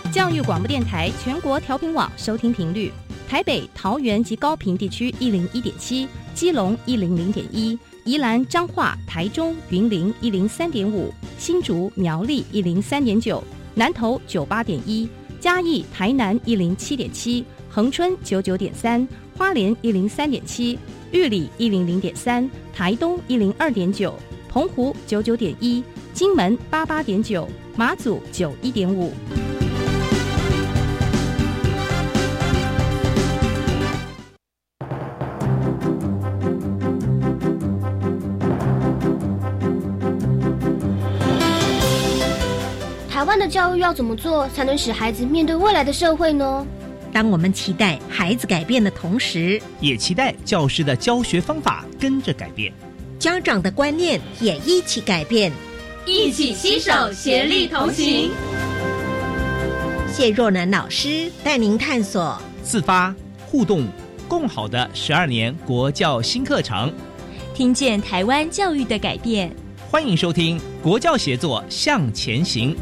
教育广播电台全国调频网收听频率：台北、桃园及高屏地区101.7，基隆100.1，宜兰、彰化、台中、云林103.5，新竹、苗栗103.9，南投98.1，嘉义、台南107.7，恒春99.3，花莲103.7，玉里100.3，台东102.9，澎湖99.1，金门88.9，马祖91.5。 台湾的教育要怎么做才能使孩子面对未来的社会呢？ 当我们期待孩子改变的同时， 也期待教师的教学方法跟着改变， 家长的观念也一起改变， 一起携手协力同行。 谢若男老师带您探索自发、互动、共好的12年国教新课程， 听见台湾教育的改变。 欢迎收听国教协作向前行。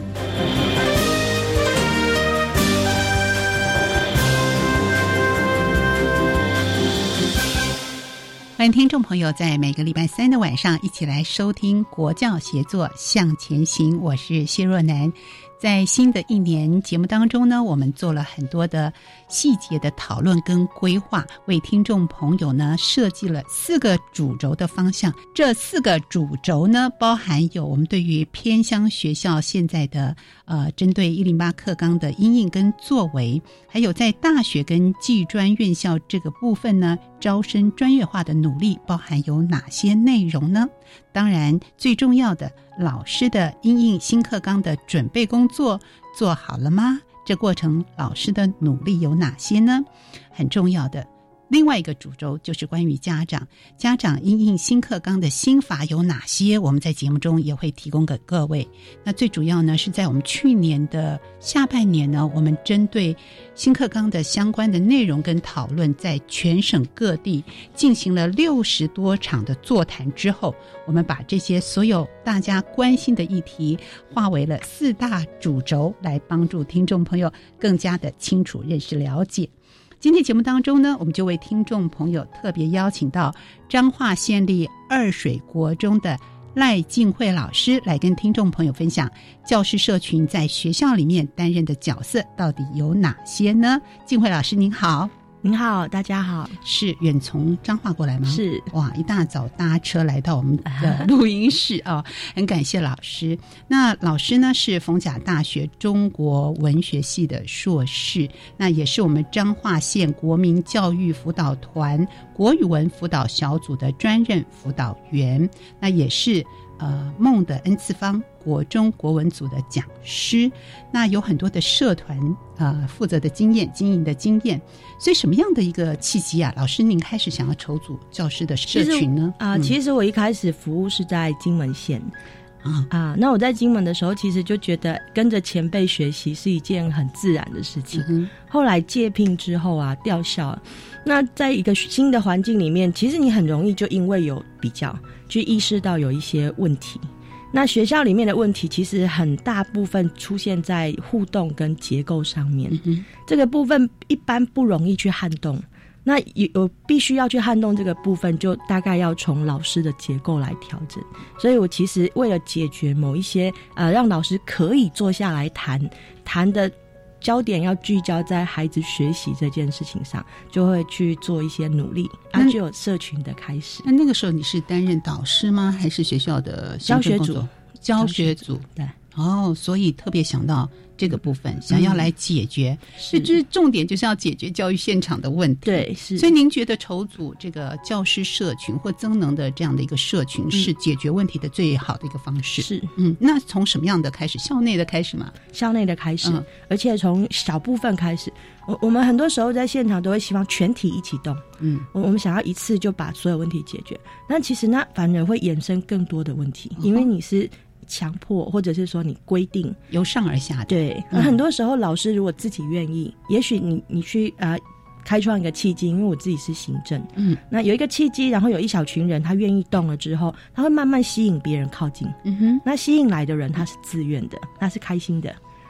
欢迎听众朋友在每个礼拜三的晚上一起来收听国教协作向前行，我是谢若男。在新的一年节目当中呢，我们做了很多的细节的讨论跟规划，为听众朋友呢设计了4个主轴的方向。这4个主轴呢，包含有我们对于偏乡学校现在的针对108课纲的因应跟作为，还有在大学跟技专院校这个部分呢，招生专业化的努力包含有哪些内容呢？当然最重要的，老师的因应新课纲的准备工作做好了吗？这过程老师的努力有哪些呢？很重要的另外一个主轴就是关于家长因应新课纲的心法有哪些，我们在节目中也会提供给各位。那最主要呢，是在我们去年的下半年呢，我们针对新课纲的相关的内容跟讨论，在全省各地进行了60多场的座谈之后，我们把这些所有大家关心的议题划为了4大主轴，来帮助听众朋友更加的清楚认识了解。今天节目当中呢，我们就为听众朋友特别邀请到彰化县立二水国中的赖静慧老师来跟听众朋友分享教师社群在学校里面担任的角色到底有哪些呢？静慧老师您好。 您好，大家好。 是远从彰化过来吗？ 是。 哇，一大早搭车来到我们的录音室啊，很感谢老师。那老师呢是逢甲大学中国文学系的硕士，那也是我们彰化县国民教育辅导团国语文辅导小组的专任辅导员，那也是梦的N次方国中国文组的讲师，那有很多的社团负责的经验、经营的经验。所以什么样的一个契机啊，老师您开始想要筹组教师的社群呢？ 其实我一开始服务是在金门县那我在金门的时候，其实就觉得跟着前辈学习是一件很自然的事情。后来借聘之后调校，那在一个新的环境里面，其实你很容易就因为有比较，去意识到有一些问题。那学校里面的问题其实很大部分出现在互动跟结构上面，这个部分一般不容易去撼动。那有必须要去撼动这个部分，就大概要从老师的结构来调整。所以我其实为了解决某一些让老师可以坐下来谈的焦点要聚焦在孩子学习这件事情上，就会去做一些努力就有社群的开始。 那个时候你是担任导师吗？还是学校的教学组？ 教学组，对。所以特别想到这个部分，想要来解决，就是重点就是要解决教育现场的问题。 对，是。 所以您觉得筹组这个教师社群或增能的这样的一个社群是解决问题的最好的一个方式？ 是。 那从什么样的开始？校内的开始吗？ 校内的开始，而且从小部分开始。我们很多时候在现场都会希望全体一起动，我们想要一次就把所有问题解决，但其实那反而会衍生更多的问题，因为你是强迫，或者是说你规定由上而下的。 对，很多时候老师如果自己愿意，也许你去开创一个契机，因为我自己是行政，那有一个契机，然后有一小群人他愿意动了之后，他会慢慢吸引别人靠近，那吸引来的人他是自愿的，他是开心的，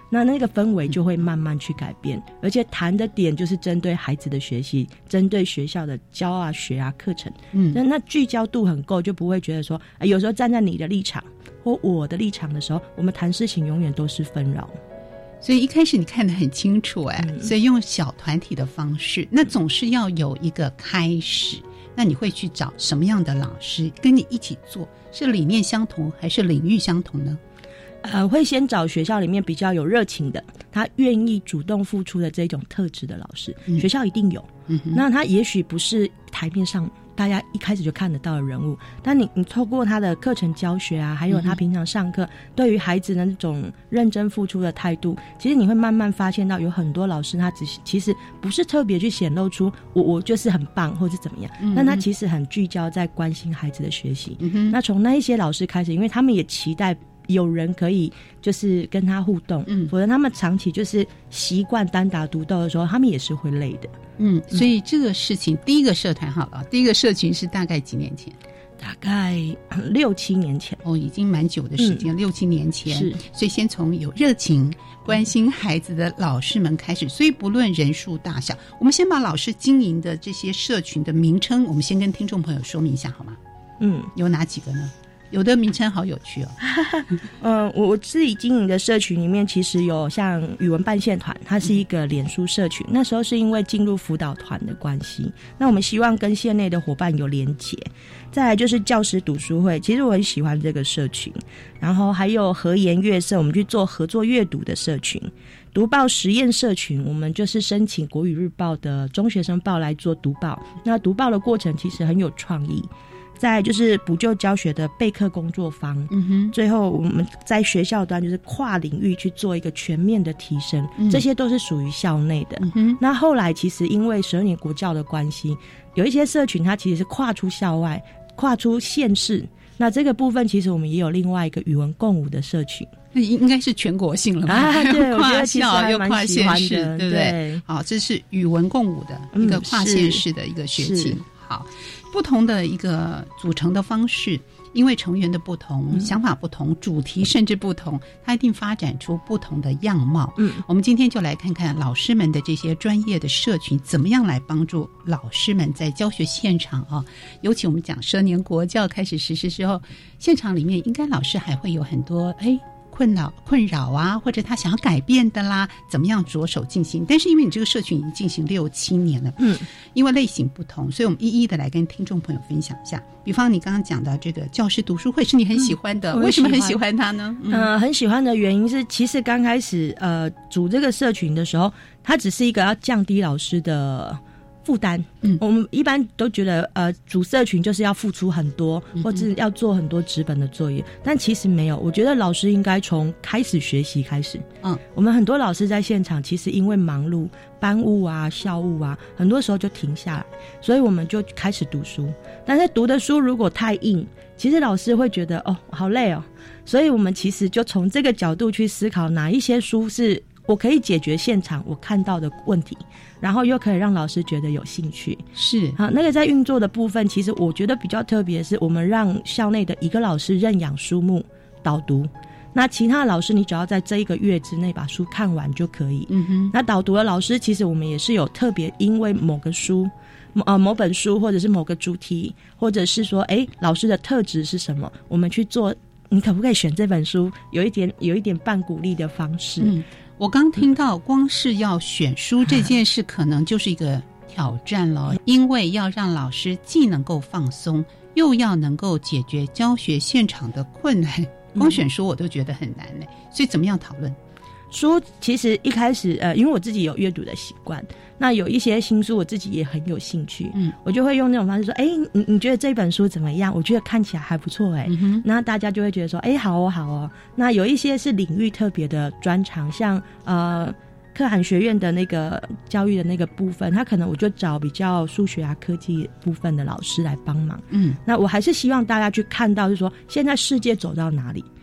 那个氛围就会慢慢去改变，而且谈的点就是针对孩子的学习，针对学校的教啊学啊课程，那聚焦度很够，就不会觉得说，有时候站在你的立场或我的立场的时候，我们谈事情永远都是纷扰。 所以一开始你看得很清楚所以用小团体的方式，那总是要有一个开始。那你会去找什么样的老师跟你一起做？是理念相同还是领域相同呢？ 会先找学校里面比较有热情的，他愿意主动付出的这种特质的老师，学校一定有。那他也许不是台面上大家一开始就看得到的人物，但你透过他的课程教学啊，还有他平常上课对于孩子的那种认真付出的态度，其实你会慢慢发现到有很多老师他其实不是特别去显露出我就是很棒或是怎么样，但他其实很聚焦在关心孩子的学习。那从那一些老师开始，因为他们也期待有人可以就是跟他互动，否则他们长期就是习惯单打独斗的时候，他们也是会累的。 所以这个事情，第一个社团好了，第一个社群是大概几年前？ 大概6-7年前。 已经蛮久的时间，6-7年前。是，所以先从有热情关心孩子的老师们开始，所以不论人数大小，我们先把老师经营的这些社群的名称，我们先跟听众朋友说明一下好吗？有哪几个呢？有的名称好有趣我自己经营的社群里面，其实有像语文伴线团，它是一个脸书社群，那时候是因为进入辅导团的关系，那我们希望跟县内的伙伴有连结。再来就是教师读书会，其实我很喜欢这个社群，然后还有和颜乐社，我们去做合作阅读的社群。读报实验社群，我们就是申请国语日报的中学生报来做读报，那读报的过程其实很有创意。再来就是补救教学的备课工作坊，最后我们在学校端就是跨领域去做一个全面的提升，这些都是属于校内的。那后来其实因为12年国教的关系，有一些社群它其实是跨出校外，跨出县市，那这个部分其实我们也有另外一个语文共舞的社群。 那应该是全国性了吧？ 对， 跨校又跨县市， 对不对？ 好，这是语文共舞的一个跨县市的一个学情。好，不同的一个组成的方式，因为成员的不同，想法不同，主题甚至不同，它一定发展出不同的样貌。我们今天就来看看老师们的这些专业的社群怎么样来帮助老师们在教学现场尤其我们讲12年国教开始实施之后，现场里面应该老师还会有很多困扰啊，或者他想要改变的啦，怎么样着手进行？但是因为你这个社群已经进行6-7年了，因为类型不同，所以我们一一的来跟听众朋友分享一下。比方你刚刚讲的这个教师读书会是你很喜欢的，为什么很喜欢它呢？ 很喜欢的原因是，其实刚开始组这个社群的时候，它只是一个要降低老师的负担。我们一般都觉得组社群就是要付出很多，或者要做很多纸本的作业，但其实没有。我觉得老师应该从开始学习开始。我们很多老师在现场其实因为忙碌，班务啊校务啊，很多时候就停下来，所以我们就开始读书。但是读的书如果太硬，其实老师会觉得好累所以我们其实就从这个角度去思考，哪一些书是我可以解决现场我看到的问题，然后又可以让老师觉得有兴趣。 是好，那个在运作的部分，其实我觉得比较特别的是，我们让校内的一个老师认养书目导读，那其他的老师你只要在这一个月之内把书看完就可以。那导读的老师其实我们也是有特别因为某个书某本书或者是某个主题，或者是说老师的特质是什么，我们去做你可不可以选这本书，有一点半鼓励的方式。 我刚听到光是要选书这件事可能就是一个挑战了，因为要让老师既能够放松，又要能够解决教学现场的困难，光选书我都觉得很难嘞。所以怎么样讨论书？其实一开始因为我自己有阅读的习惯，那有一些新书我自己也很有兴趣，我就会用那种方式说你觉得这本书怎么样？我觉得看起来还不错那大家就会觉得说好哦。那有一些是领域特别的专长，像可汗学院的那个教育的那个部分，他可能我就找比较数学啊科技部分的老师来帮忙。那我还是希望大家去看到就是说现在世界走到哪里，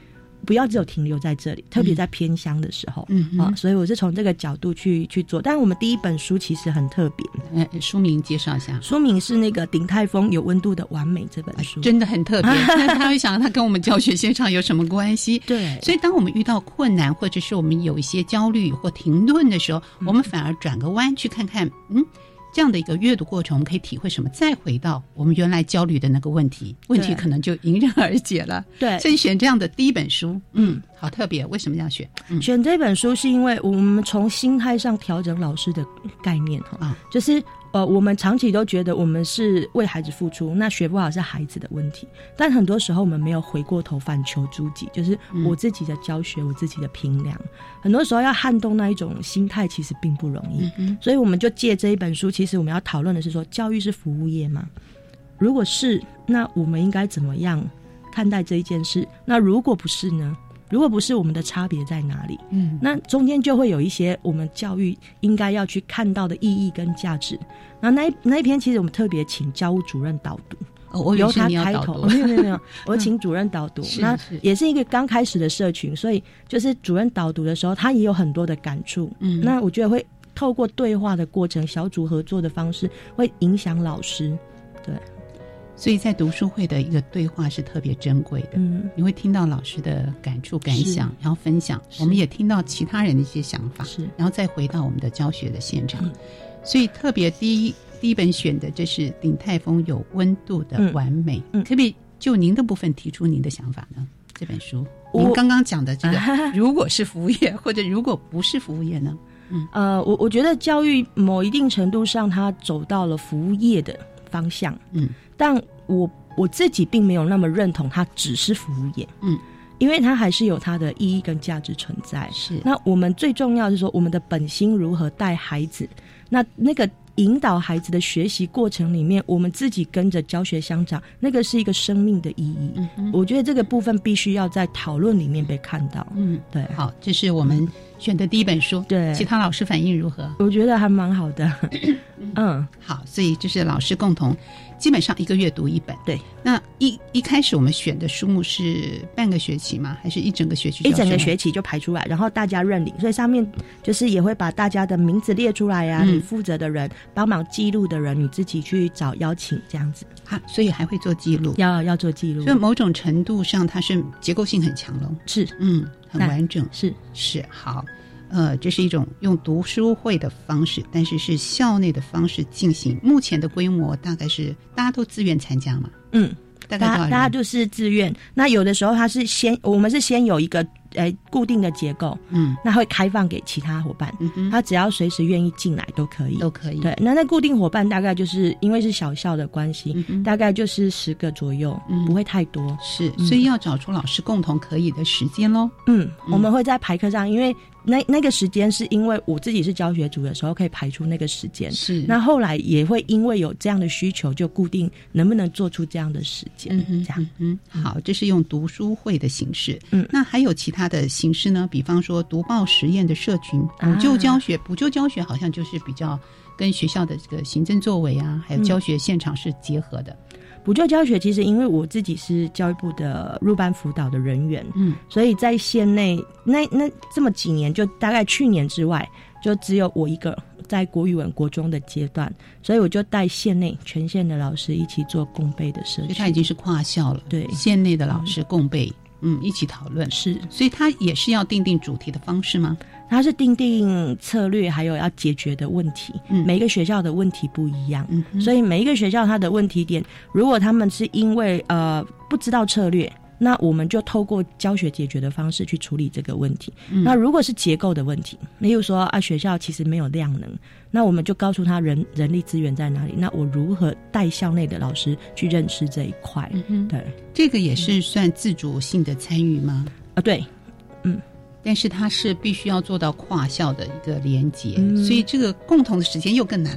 不要只有停留在这里，特别在偏乡的时候，所以我是从这个角度去做。但我们第一本书其实很特别， 书名介绍一下。 书名是那个鼎泰丰有温度的完美这本书， 真的很特别。但他会想他跟我们教学现场有什么关系？ 对， 所以当我们遇到困难，或者是我们有一些焦虑或停顿的时候，我们反而转个弯去看看，这样的一个阅读过程，我们可以体会什么？再回到我们原来焦虑的那个问题可能就迎刃而解了。对，所以选这样的第一本书，好特别。为什么要选？ 选这本书是因为我们从心态上调整老师的概念就是我们长期都觉得我们是为孩子付出，那学不好是孩子的问题，但很多时候我们没有回过头反求诸己，就是我自己的教学，我自己的评量，很多时候要撼动那一种心态其实并不容易。所以我们就借这一本书，其实我们要讨论的是说，教育是服务业吗？如果是，那我们应该怎么样看待这一件事？那如果不是呢？如果不是，我们的差别在哪里？那中间就会有一些我们教育应该要去看到的意义跟价值。然后那一篇其实我们特别请教务主任导读，由他开头，没有，我请主任导读。那也是一个刚开始的社群，所以就是主任导读的时候，他也有很多的感触。那我觉得会透过对话的过程、小组合作的方式，会影响老师。对。 所以在读书会的一个对话是特别珍贵的，你会听到老师的感触感想，然后分享，我们也听到其他人的一些想法，然后再回到我们的教学的现场。所以特别第一本选的这是鼎泰丰有温度的完美，可不可以就您的部分提出您的想法呢？这本书您刚刚讲的这个如果是服务业或者如果不是服务业呢？ 我觉得教育某一定程度上它走到了服务业的方向，但我自己并没有那么认同它只是服务业，因为它还是有它的意义跟价值存在。是，那我们最重要是说我们的本心如何带孩子，那个引导孩子的学习过程里面，我们自己跟着教学相长，那个是一个生命的意义。我觉得这个部分必须要在讨论里面被看到。对， 好，这是我们选的第一本书。对，其他老师反应如何？ 我觉得还蛮好的。 好，所以就是老师共同基本上一个月读一本。对，那一开始我们选的书目是半个学期吗？还是一整个学期？ 一整个学期就排出来，然后大家认领，所以上面就是也会把大家的名字列出来啊，你负责的人、帮忙记录的人，你自己去找邀请这样子。 所以还会做记录， 要做记录。 所以某种程度上它是结构性很强了， 是很完整，是好。这是一种用读书会的方式，但是是校内的方式进行。目前的规模大概是大家都自愿参加嘛？大概大家就是自愿。那有的时候我们是先有一个固定的结构，那会开放给其他伙伴，他只要随时愿意进来都可以。对，那固定伙伴大概就是因为是小校的关系，大概就是10个左右，不会太多。 是，所以要找出老师共同可以的时间咯。 我们会在排课上，因为那个时间是因为我自己是教学组的时候可以排出那个时间，是。那后来也会因为有这样的需求，就固定能不能做出这样的时间，这样。 好，这是用读书会的形式。那还有其他的形式呢？比方说读报实验的社群、补救教学，补救教学好像就是比较跟学校的这个行政作为啊，还有教学现场是结合的。 补救教学其实因为我自己是教育部的入班辅导的人员，所以在县内那这么几年，就大概去年之外，就只有我一个在国语文国中的阶段，所以我就带县内全县的老师一起做共备的社群。 所以它已经是跨校了，对，县内的老师共备，一起讨论。是，所以它也是要定主题的方式吗？ 它是定策略，还有要解决的问题。每一个学校的问题不一样，所以每一个学校它的问题点，如果他们是因为不知道策略，那我们就透过教学解决的方式去处理这个问题。那如果是结构的问题，例如说学校其实没有量能，那我们就告诉他人力资源在哪里，那我如何带校内的老师去认识这一块。对， 这个也是算自主性的参与吗？ 对， 但是它是必须要做到跨校的一个连结，所以这个共同的时间又更难了吧？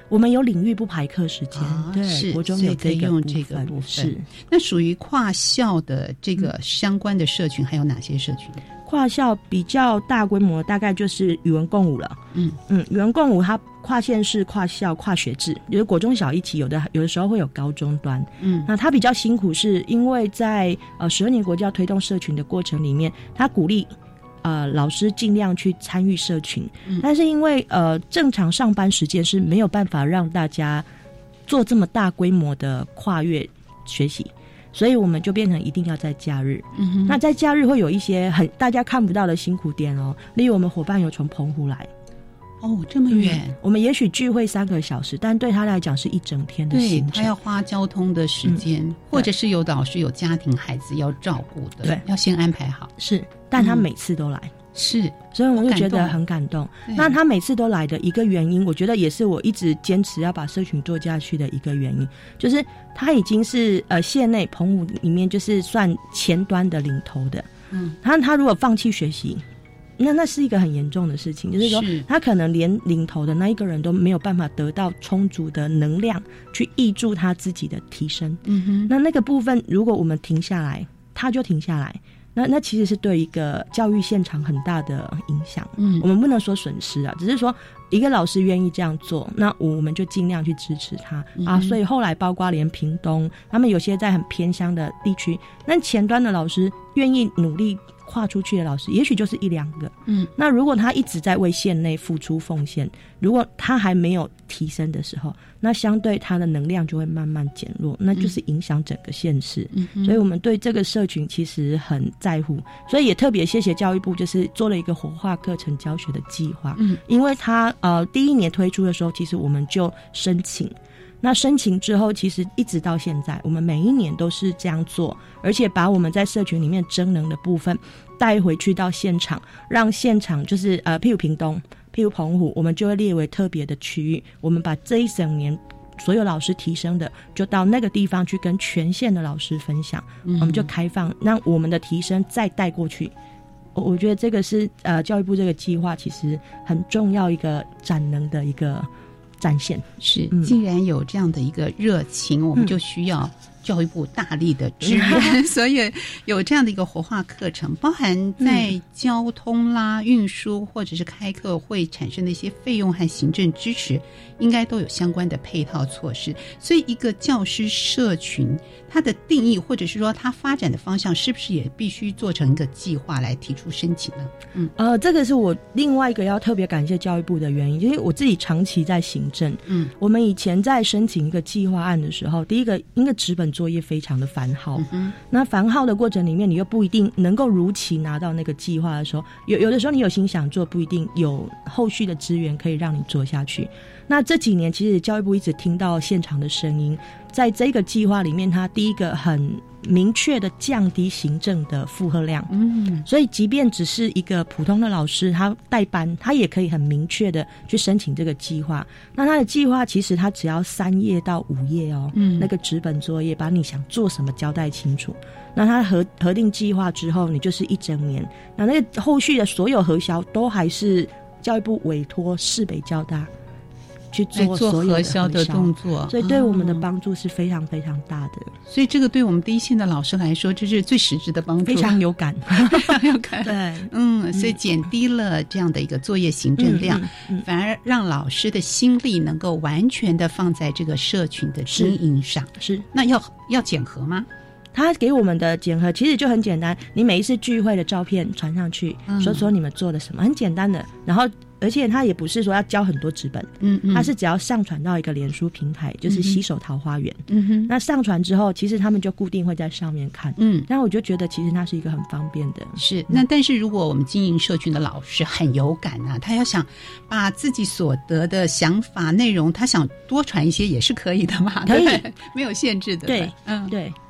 我们有领域不排课时间，对， 是国中有可以用这个部分。是，那属于跨校的这个相关的社群还有哪些社群？ 跨校比较大规模大概就是语文共舞了。语文共舞它跨县市、跨校、跨学制，就是国中小一起，有的时候会有高中端。那它比较辛苦是因为在12年国教推动社群的过程里面，它鼓励老师尽量去参与社群，但是因为正常上班时间是没有办法让大家做这么大规模的跨越学习，所以我们就变成一定要在假日。那在假日会有一些大家看不到的辛苦点哦，例如我们伙伴有从澎湖来。 这么远。 我们也许聚会3个小时，但对他来讲是一整天的行程， 对，他要花交通的时间，或者是有的老师有家庭孩子要照顾的，对，要先安排好。 是，但他每次都来。是，所以我就觉得很感动。那他每次都来的一个原因，我觉得也是我一直坚持要把社群做下去的一个原因，就是他已经是县内澎湖里面就是算前端的领头的。他如果放弃学习，那是一个很严重的事情，就是说他可能连领头的那一个人都没有办法得到充足的能量去挹注他自己的提升。那个部分如果我们停下来，他就停下来，那其实是对一个教育现场很大的影响。我们不能说损失啊，只是说一个老师愿意这样做，那我们就尽量去支持他啊。所以后来包括连屏东，他们有些在很偏乡的地区，那前端的老师愿意努力跨出去的老师也许就是1-2个。那如果他一直在为县内付出奉献，如果他还没有提升的时候，那相对他的能量就会慢慢减弱，那就是影响整个县市。所以我们对这个社群其实很在乎，所以也特别谢谢教育部，就是做了一个活化课程教学的计划。因为他第1年推出的时候，其实我们就申请，那申请之后其实一直到现在我们每一年都是这样做，而且把我们在社群里面增能的部分带回去到现场，让现场就是譬如屏东，譬如澎湖，我们就会列为特别的区域，我们把这一整年所有老师提升的就到那个地方去跟全县的老师分享。我们就开放让我们的提升再带过去。我觉得这个是教育部这个计划其实很重要一个展能的一个展现。是， 既然有这样的一个热情，我们就需要教育部大力的支援，所以有这样的一个活化课程，包含在交通啦、运输或者是开课会产生的一些费用和行政支持，应该都有相关的配套措施。所以一个教师社群它的定义或者是说它发展的方向，是不是也必须做成一个计划来提出申请呢？ 这个是我另外一个要特别感谢教育部的原因，因为我自己长期在行政。我们以前在申请一个计划案的时候，第一个因为纸本作业非常的繁耗，那繁耗的过程里面，你又不一定能够如期拿到那个计划的时候，有的时候你有心想做，不一定有后续的资源可以让你做下去。那这几年其实教育部一直听到现场的声音，在这个计划里面，它第一个很明确的降低行政的负荷量。所以即便只是一个普通的老师，他带班，他也可以很明确的去申请这个计划。那他的计划其实他只要3页到5页哦，那个纸本作业把你想做什么交代清楚。那他核定计划之后，你就是1整年，那个后续的所有核销都还是教育部委托市北教大去做所有的核销的动作，所以对我们的帮助是非常非常大的。 所以这个对我们第一线的老师来说，这是最实质的帮助， 非常有感， 非常有感。 对， 所以减低了这样的一个作业行政量，反而让老师的心力能够完全的放在这个社群的经营上。是，那要检核吗？ 他给我们的检核其实就很简单，你每一次聚会的照片传上去，说你们做了什么，很简单的。然后而且他也不是说要交很多纸本，他是只要上传到一个脸书平台，就是洗手桃花源。那上传之后，其实他们就固定会在上面看。然后我就觉得其实那是一个很方便的。 是，那但是如果我们经营社群的老师很有感啊，他要想把自己所得的想法内容，他想多传一些也是可以的嘛，对不对？没有限制的。 对，对。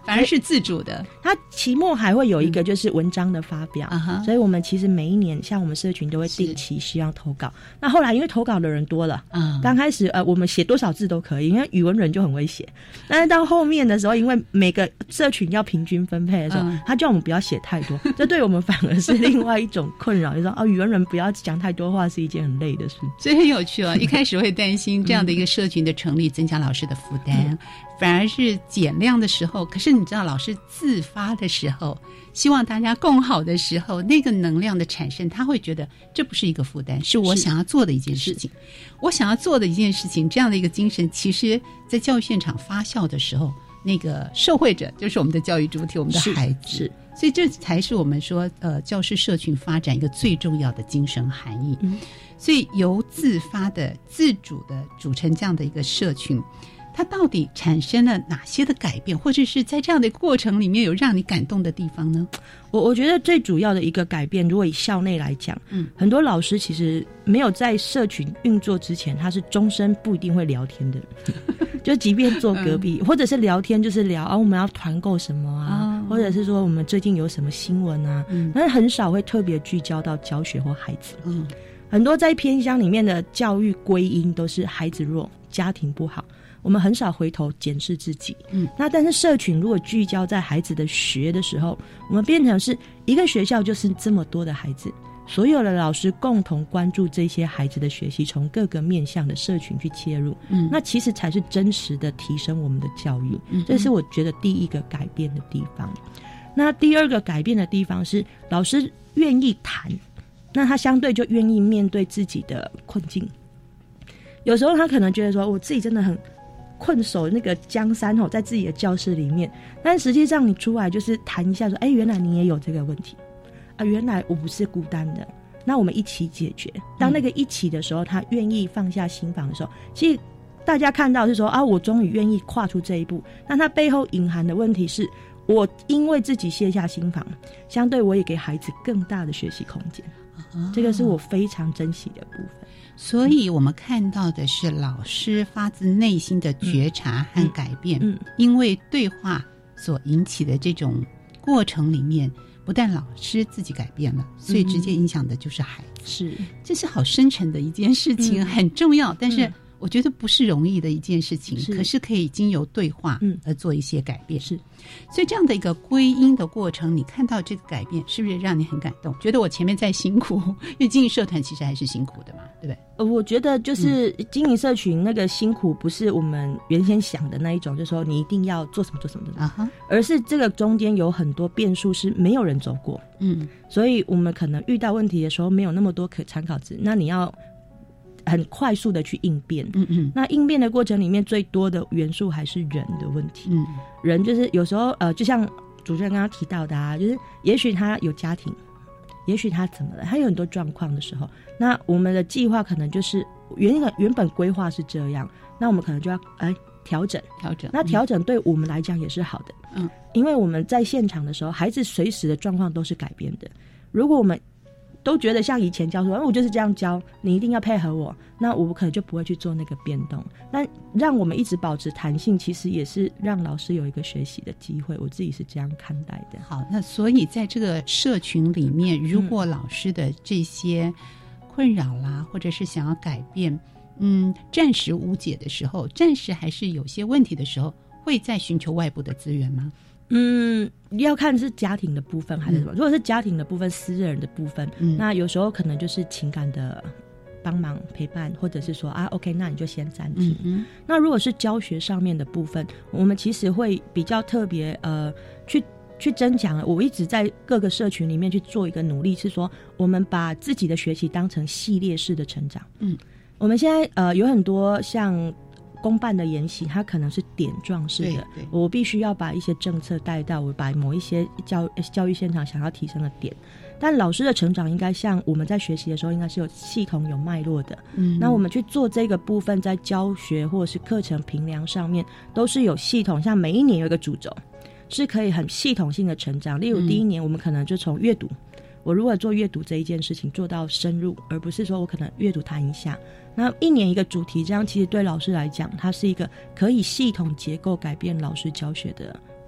反而是自主的。 它期末还会有一个就是文章的发表，所以我们其实每一年像我们社群都会定期希望投稿。那后来因为投稿的人多了，刚开始我们写多少字都可以，因为语文人就很会写。但是到后面的时候，因为每个社群要平均分配的时候，他叫我们不要写太多，这对我们反而是另外一种困扰，就是说语文人不要讲太多话是一件很累的事。 所以很有趣一开始会担心这样的一个社群的成立增加老师的负担，反而是减量的时候，可是你知道老师自发的时候，希望大家共好的时候，那个能量的产生，他会觉得这不是一个负担，是我想要做的一件事情，我想要做的一件事情，这样的一个精神，其实在教育现场发酵的时候，那个受惠者就是我们的教育主体，我们的孩子。所以这才是我们说教师社群发展一个最重要的精神含义。所以由自发的自主的组成这样的一个社群，它到底产生了哪些的改变，或者是在这样的过程里面有让你感动的地方呢？ 我觉得最主要的一个改变，如果以校内来讲，很多老师其实没有在社群运作之前，他是终身不一定会聊天的人就即便坐隔壁，或者是聊天就是聊我们要团购什么啊，或者是说我们最近有什么新闻啊，但是很少会特别聚焦到教学或孩子。很多在偏乡里面的教育归因都是孩子弱，家庭不好，我们很少回头检视自己。那但是社群如果聚焦在孩子的学的时候，我们变成是一个学校就是这么多的孩子，所有的老师共同关注这些孩子的学习，从各个面向的社群去切入，那其实才是真实的提升我们的教育。这是我觉得第一个改变的地方。那第二个改变的地方是老师愿意谈，那他相对就愿意面对自己的困境。有时候他可能觉得说我自己真的很困守那个江山在自己的教室里面，但实际上你出来就是谈一下说原来你也有这个问题原来我不是孤单的，那我们一起解决。当那个一起的时候，他愿意放下心防的时候，其实大家看到是说我终于愿意跨出这一步，但他背后隐含的问题是我因为自己卸下心防，相对我也给孩子更大的学习空间，这个是我非常珍惜的部分。 所以我们看到的是老师发自内心的觉察和改变，因为对话所引起的这种过程里面，不但老师自己改变了，所以直接影响的就是孩子。这是好深沉的一件事情，很重要，但是我觉得不是容易的一件事情，可是可以经由对话而做一些改变。所以这样的一个归因的过程，你看到这个改变，是不是让你很感动？觉得我前面再辛苦，因为经营社团其实还是辛苦的嘛，对不对？ 我觉得就是经营社群那个辛苦，不是我们原先想的那一种，就是说你一定要做什么做什么而是这个中间有很多变数是没有人走过，所以我们可能遇到问题的时候没有那么多可参考值，那你要很快速的去应变。那应变的过程里面最多的元素还是人的问题。人就是有时候就像主持人刚刚提到的就是也许他有家庭，也许他怎么了，他有很多状况的时候，那我们的计划可能就是原本规划是这样，那我们可能就要调整。那调整对我们来讲也是好的，因为我们在现场的时候，孩子随时的状况都是改变的。如果我们都觉得像以前教说我就是这样教，你一定要配合我，那我可能就不会去做那个变动。但让我们一直保持弹性，其实也是让老师有一个学习的机会，我自己是这样看待的。 好，那所以在这个社群里面，如果老师的这些困扰啦，或者是想要改变暂时无解的时候，暂时还是有些问题的时候，会再寻求外部的资源吗？ 要看是家庭的部分还是什么。如果是家庭的部分，私人的部分，那有时候可能就是情感的帮忙陪伴，或者是说OK 那你就先暂停。那如果是教学上面的部分，我们其实会比较特别去增强。我一直在各个社群里面去做一个努力，是说我们把自己的学习当成系列式的成长。我们现在有很多像公办的研习，它可能是点状式的，我必须要把一些政策带到，我把某一些教育现场想要提升的点。但老师的成长应该像我们在学习的时候，应该是有系统有脉络的。那我们去做这个部分，在教学或者是课程评量上面都是有系统，像每一年有一个主轴是可以很系统性的成长。例如第一年我们可能就从阅读，我如果做阅读这一件事情做到深入，而不是说我可能阅读谈一下。那一年一个主题，这样其实对老师来讲，它是一个可以系统结构改变老师教学的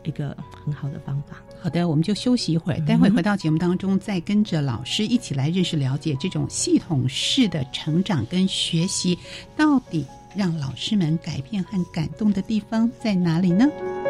一个很好的方法。 好的，我们就休息一会儿，待会回到节目当中，再跟着老师一起来认识了解这种系统式的成长跟学习，到底让老师们改变和感动的地方在哪里呢？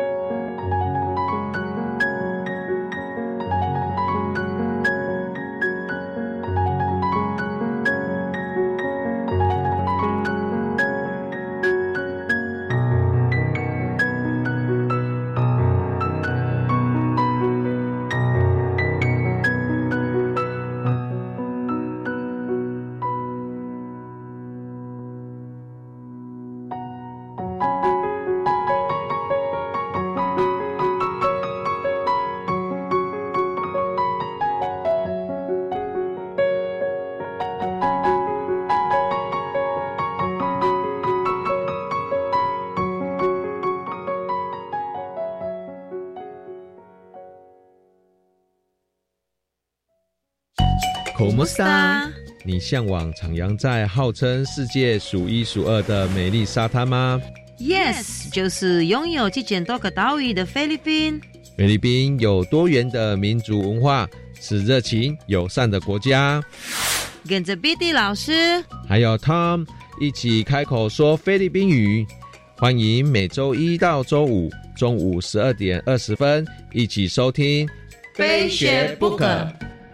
口木沙，你向往徜徉在号称世界数一数二的美丽沙滩吗？ Yes， 就是拥有这件多个岛屿的菲律宾。 菲律宾有多元的民族文化，是热情友善的国家。 跟着 BD 老师还有 Tom 一起开口说菲律宾语，欢迎每周一到周五中午12点20分一起收听非学不可。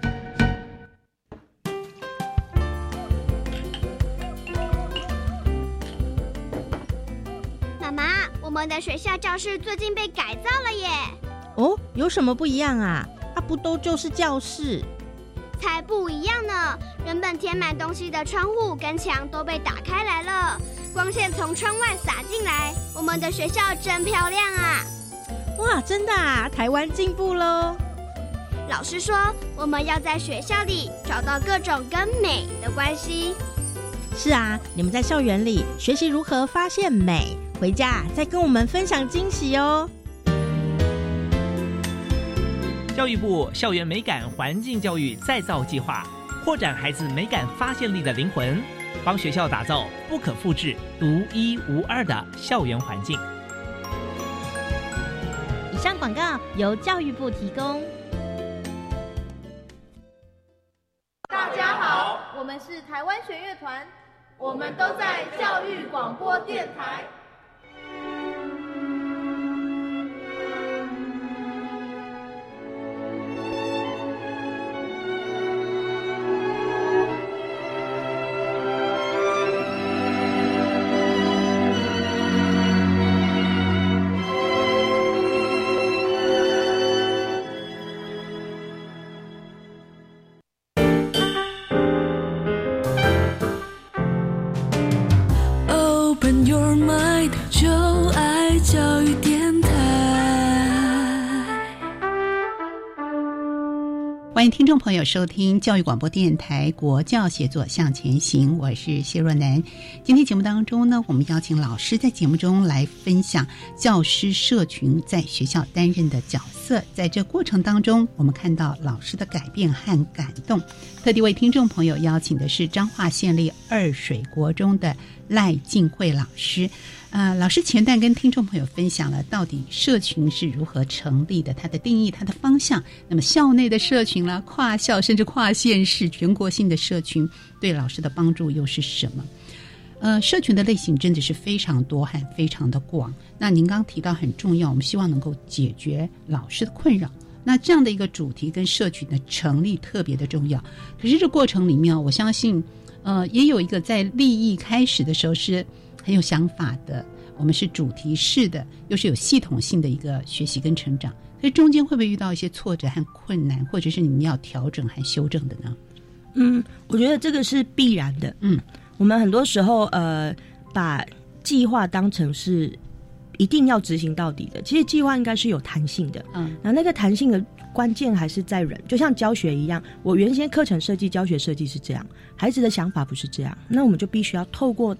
我们的学校教室最近被改造了耶！ 哦，有什么不一样啊？不都就是教室？ 才不一样呢！原本填满东西的窗户跟墙都被打开来了，光线从窗外洒进来。我们的学校真漂亮啊！ 哇，真的啊！台湾进步咯。 老师说，我们要在学校里找到各种跟美的关系。 是啊，你们在校园里学习如何发现美，回家再跟我们分享惊喜哦。 教育部校园美感环境教育再造计划，扩展孩子美感发现力的灵魂，帮学校打造不可复制、独一无二的校园环境。 以上广告由教育部提供。 大家好，我们是台湾弦乐团，我们都在教育广播电台。 就爱教育电台。 欢迎听众朋友收听教育广播电台国教协作向前行，我是谢若楠。今天节目当中呢，我们邀请老师在节目中来分享教师社群在学校担任的角色。在这过程当中，我们看到老师的改变和感动。特地为听众朋友邀请的是彰化县立二水国中的赖静慧老师。老师前段跟听众朋友分享了到底社群是如何成立的，它的定义、它的方向。那么校内的社群啦、跨校甚至跨县市、全国性的社群对老师的帮助又是什么？社群的类型真的是非常多和非常的广。那您刚提到很重要，我们希望能够解决老师的困扰。那这样的一个主题跟社群的成立特别的重要。可是这过程里面，我相信也有一个在立意开始的时候是很有想法的，我们是主题式的，又是有系统性的一个学习跟成长，所以中间会不会遇到一些挫折和困难，或者是你们要调整和修正的呢？ 我觉得这个是必然的。我们很多时候把计划当成是一定要执行到底的，其实计划应该是有弹性的。那个弹性的关键还是在人，就像教学一样，我原先课程设计、教学设计是这样，孩子的想法不是这样，那我们就必须要透过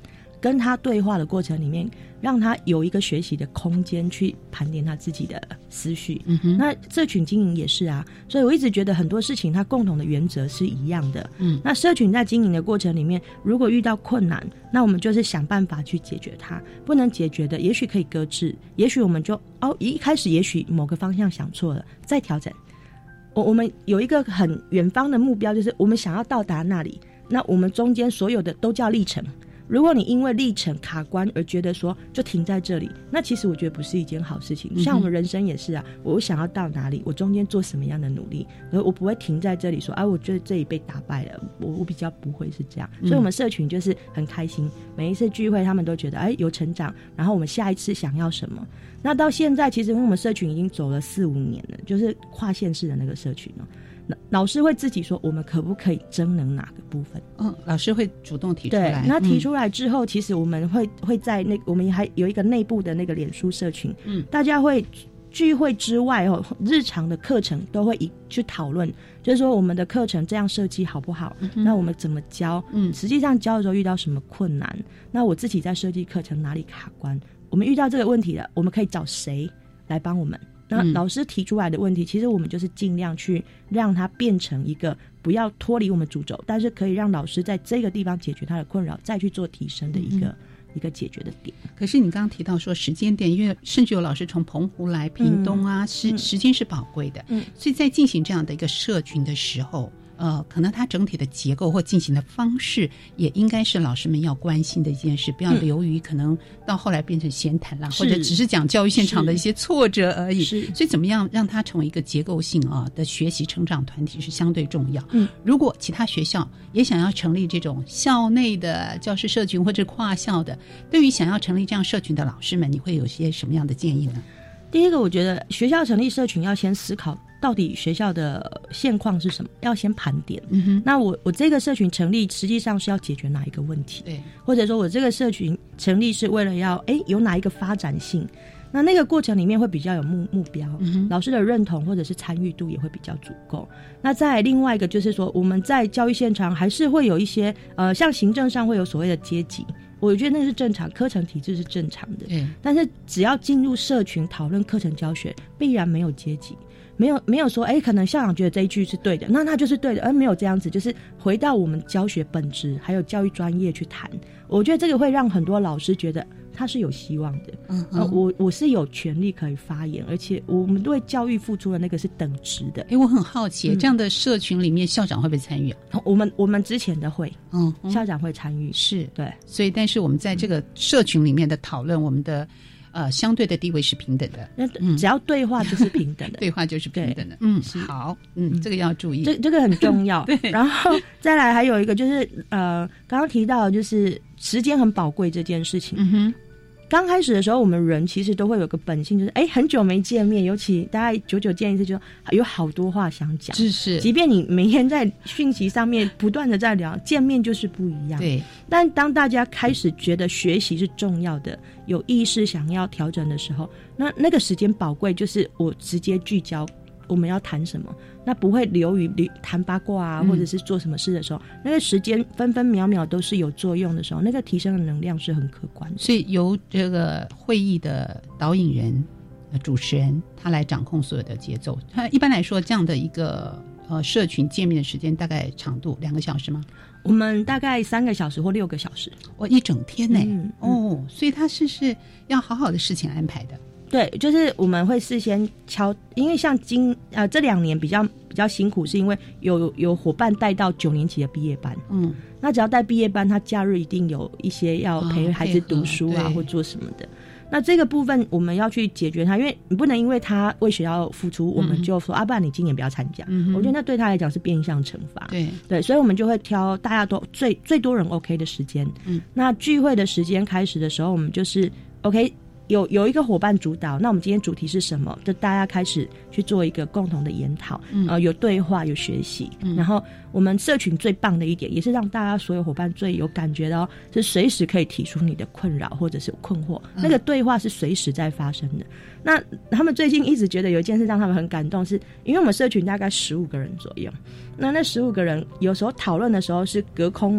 跟他对话的过程里面，让他有一个学习的空间去盘点他自己的思绪。那社群经营也是啊，所以我一直觉得很多事情它共同的原则是一样的。那社群在经营的过程里面，如果遇到困难，那我们就是想办法去解决它，不能解决的也许可以搁置，也许我们就一开始也许某个方向想错了，再调整。我们有一个很远方的目标，就是我们想要到达那里，那我们中间所有的都叫历程。如果你因为历程卡关而觉得说就停在这里，那其实我觉得不是一件好事情。像我们人生也是啊，我想要到哪里，我中间做什么样的努力，而我不会停在这里说我觉得这里被打败了，我比较不会是这样。所以我们社群就是很开心，每一次聚会他们都觉得有成长，然后我们下一次想要什么。那到现在其实因为我们社群已经走了4-5年了，就是跨县市的那个社群老师会自己说我们可不可以增能哪个部分。 老师会主动提出来。 对，那提出来之后，其实我们会在我们还有一个内部的那个脸书社群，大家会聚会之外日常的课程都会去讨论，就是说我们的课程这样设计好不好，那我们怎么教，实际上教的时候遇到什么困难，那我自己在设计课程哪里卡关，我们遇到这个问题了，我们可以找谁来帮我们。那老师提出来的问题，其实我们就是尽量去让它变成一个不要脱离我们主轴，但是可以让老师在这个地方解决他的困扰，再去做提升的一个解决的点。 可是你刚刚提到说时间点，因为甚至有老师从澎湖来屏东啊，时间是宝贵的，所以在进行这样的一个社群的时候，可能它整体的结构或进行的方式也应该是老师们要关心的一件事，不要流于可能到后来变成闲谈啦，或者只是讲教育现场的一些挫折而已。所以怎么样让它成为一个结构性的学习成长团体是相对重要。如果其他学校也想要成立这种校内的教师社群或者跨校的，对于想要成立这样社群的老师们，你会有些什么样的建议呢？ 第一个，我觉得学校成立社群要先思考到底学校的现况是什么，要先盘点。那我这个社群成立实际上是要解决哪一个问题？对，或者说我这个社群成立是为了要有哪一个发展性？那个过程里面会比较有目标，老师的认同或者是参与度也会比较足够。那再来另外一个就是说，我们在教育现场还是会有一些像行政上会有所谓的阶级。我觉得那是正常，课程体制是正常的。但是只要进入社群讨论课程教学，必然没有阶级，没有说可能校长觉得这一句是对的，那就是对的，而没有这样子，就是回到我们教学本质还有教育专业去谈。我觉得这个会让很多老师觉得他是有希望的。我是有权利可以发言，而且我们对教育付出的那个是等值的。 我很好奇，这样的社群里面校长会不会参与？ 我们之前的会，校长会参与，是对。所以但是我们在这个社群里面的讨论，我们的相对的地位是平等的。 那只要对话就是平等的， 对话就是平等的。好，这个要注意， 这个很重要。然后再来还有一个就是刚刚提到的就是时间很宝贵这件事情。刚开始的时候，我们人其实都会有个本性，就是很久没见面，尤其大概久久见一次，就有好多话想讲。是，即便你每天在讯息上面不断的在聊，见面就是不一样。对。但当大家开始觉得学习是重要的，有意识想要调整的时候，那个时间宝贵，就是我直接聚焦我们要谈什么，那不会流于谈八卦啊，或者是做什么事的时候，那个时间分分秒秒都是有作用的时候，那个提升的能量是很可观的。 所以由这个会议的导引人、主持人，他来掌控所有的节奏。他一般来说，这样的一个社群见面的时间大概长度2个小时吗？ 我们大概3个小时或6个小时。 一整天呢？所以他是要好好的事情安排的。 对，就是我们会事先敲，因为像这2年比较辛苦，是因为有伙伴带到9年级的毕业班。那只要带毕业班，他假日一定有一些要陪孩子读书啊，或做什么的。那这个部分我们要去解决它，因为你不能因为他为学校付出，我们就说不然你今年不要参加。我觉得那对他来讲是变相惩罚。对，所以我们就会挑大家都最多人 OK 的时间。那聚会的时间开始的时候，我们就是 OK。有一个伙伴主导，那我们今天主题是什么？就大家开始去做一个共同的研讨，有对话，有学习。然后我们社群最棒的一点，也是让大家所有伙伴最有感觉的是随时可以提出你的困扰或者是困惑，那个对话是随时在发生的。那他们最近一直觉得有一件事让他们很感动，是因为我们社群大概15个人左右，那15个人有时候讨论的时候是隔空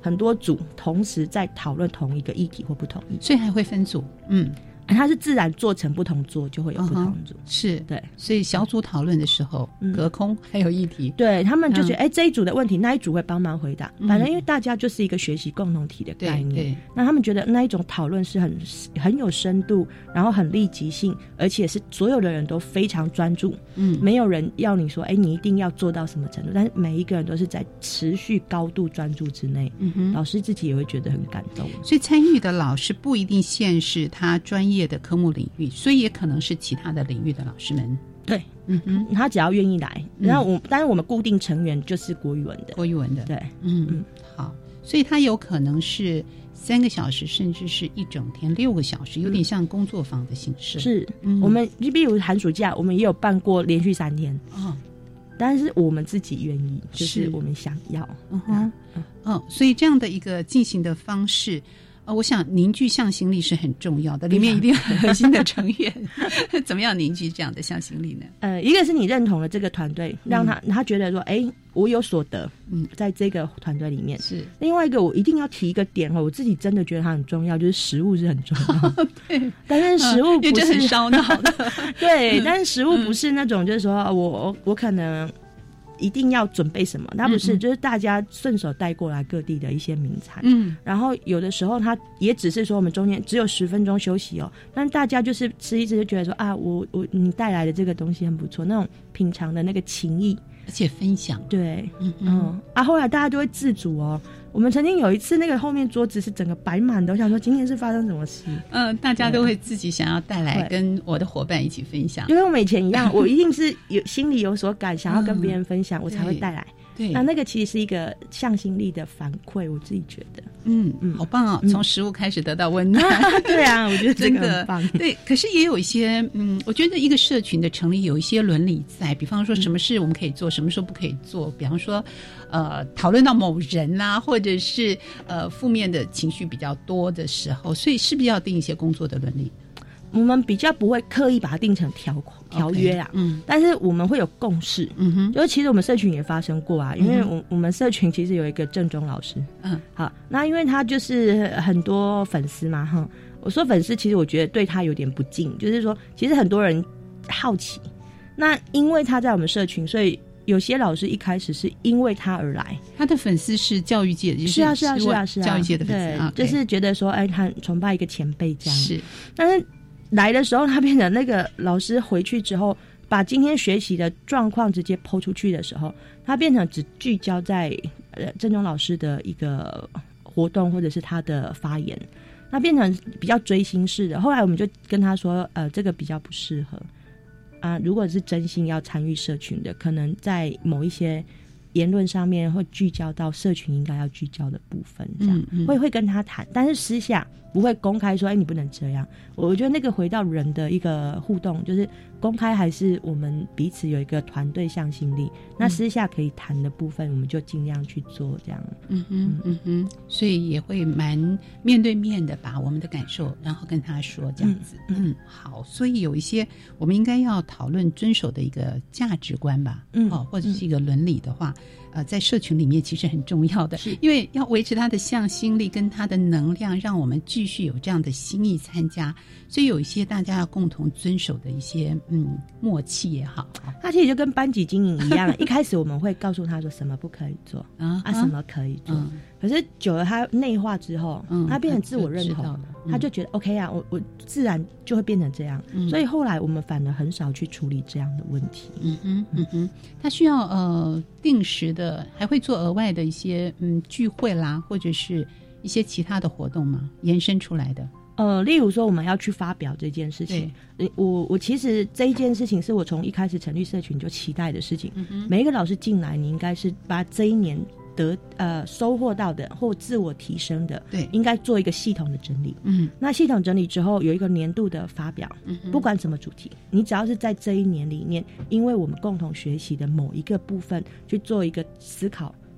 很多组同时在讨论同一个议题或不同议题， 所以还会分组。 它是自然做成不同桌就会有不同组， 是对， 所以小组讨论的时候，隔空还有议题， 对他们就觉得这一组的问题那一组会帮忙回答，反正因为大家就是一个学习共同体的概念，那他们觉得那一种讨论是很有深度，然后很立即性，而且是所有的人都非常专注，没有人要你说你一定要做到什么程度，但是每一个人都是在持续高度专注之内，老师自己也会觉得很感动。所以参与的老师不一定限是他专业的科目领域，所以也可能是其他的领域的老师们。 对，他只要愿意来，然后当然我们固定成员就是国语文的，对， 好，所以他有可能是3个小时，甚至是一整天6个小时，有点像工作坊的形式。 是，我们比如寒暑假，我们也有办过连续3天，但是我们自己愿意，就是我们想要， 所以这样的一个进行的方式。我想凝聚向心力是很重要的，里面一定有很核心的成员。怎么样凝聚这样的向心力呢？ 一个是你认同了这个团队，让他觉得说，我有所得，在这个团队里面是。 另外一个，我一定要提一个点我自己真的觉得它很重要，就是食物是很重要。对，但是食物不是很烧脑的。 对，但是食物不是那种就是说我可能一定要准备什么，它不是，就是大家顺手带过来各地的一些名产，然后有的时候它也只是说我们中间只有10分钟休息但大家就是吃一直就觉得说你带来的这个东西很不错，那种品尝的那个情谊， 而且分享， 对，后来大家就会自主我们曾经有一次，那个后面桌子是整个摆满的，我想说今天是发生什么事？ 大家都会自己想要带来跟我的伙伴一起分享， 就跟我们以前一样，我一定是心里有所感，想要跟别人分享，我才会带来。对，那个其实是一个向心力的反馈，我自己觉得， 好棒从食物开始得到温暖， 对啊，我觉得这个很棒。 对，可是也有一些，我觉得一个社群的成立有一些伦理在，比方说什么事我们可以做，什么时候不可以做，比方说，讨论到某人啦，或者是负面的情绪比较多的时候，所以是不是要定一些工作的伦理？ 我们比较不会刻意把它定成条约啊，但是我们会有共识，就是其实我们社群也发生过啊，因为我们社群其实有一个正中老师，好，那因为他就是很多粉丝嘛，我说粉丝其实我觉得对他有点不敬，就是说其实很多人好奇，那因为他在我们社群，所以有些老师一开始是因为他而来， 他的粉丝是教育界的，是啊，教育界的粉丝， 对，就是觉得说他很崇拜一个前辈这样，是，但是来的时候他变成那个老师回去之后把今天学习的状况直接抛出去的时候，他变成只聚焦在正中老师的一个活动或者是他的发言，那变成比较追星式的。后来我们就跟他说这个比较不适合如果是真心要参与社群的，可能在某一些言论上面会聚焦到社群应该要聚焦的部分，这样会跟他谈，但是私下不会公开说你不能这样。我觉得那个回到人的一个互动，就是公开还是我们彼此有一个团队向心力，那私下可以谈的部分我们就尽量去做这样。 所以也会蛮面对面的把我们的感受然后跟他说这样子。好，所以有一些我们应该要讨论遵守的一个价值观吧，或者是一个伦理的话，在社群里面其实很重要的，因为要维持他的向心力跟他的能量，让我们继续有这样的心意参加，所以有一些大家要共同遵守的一些默契也好。 它其实就跟班级经营一样，一开始我们会告诉他说什么不可以做什么可以做，可是久了他内化之后，他变成自我认同，他就觉得 OK 啊，我自然就会变成这样，所以后来我们反而很少去处理这样的问题。 他需要定时的，还会做额外的一些聚会啦，或者是一些其他的活动吗？延伸出来的？ 例如说我们要去发表这件事情，我其实这一件事情是我从一开始成立社群就期待的事情。每一个老师进来，你应该是把这一年收获到的或自我提升的，对，应该做一个系统的整理。那系统整理之后有一个年度的发表，不管什么主题，你只要是在这一年里面，因为我们共同学习的某一个部分去做一个思考，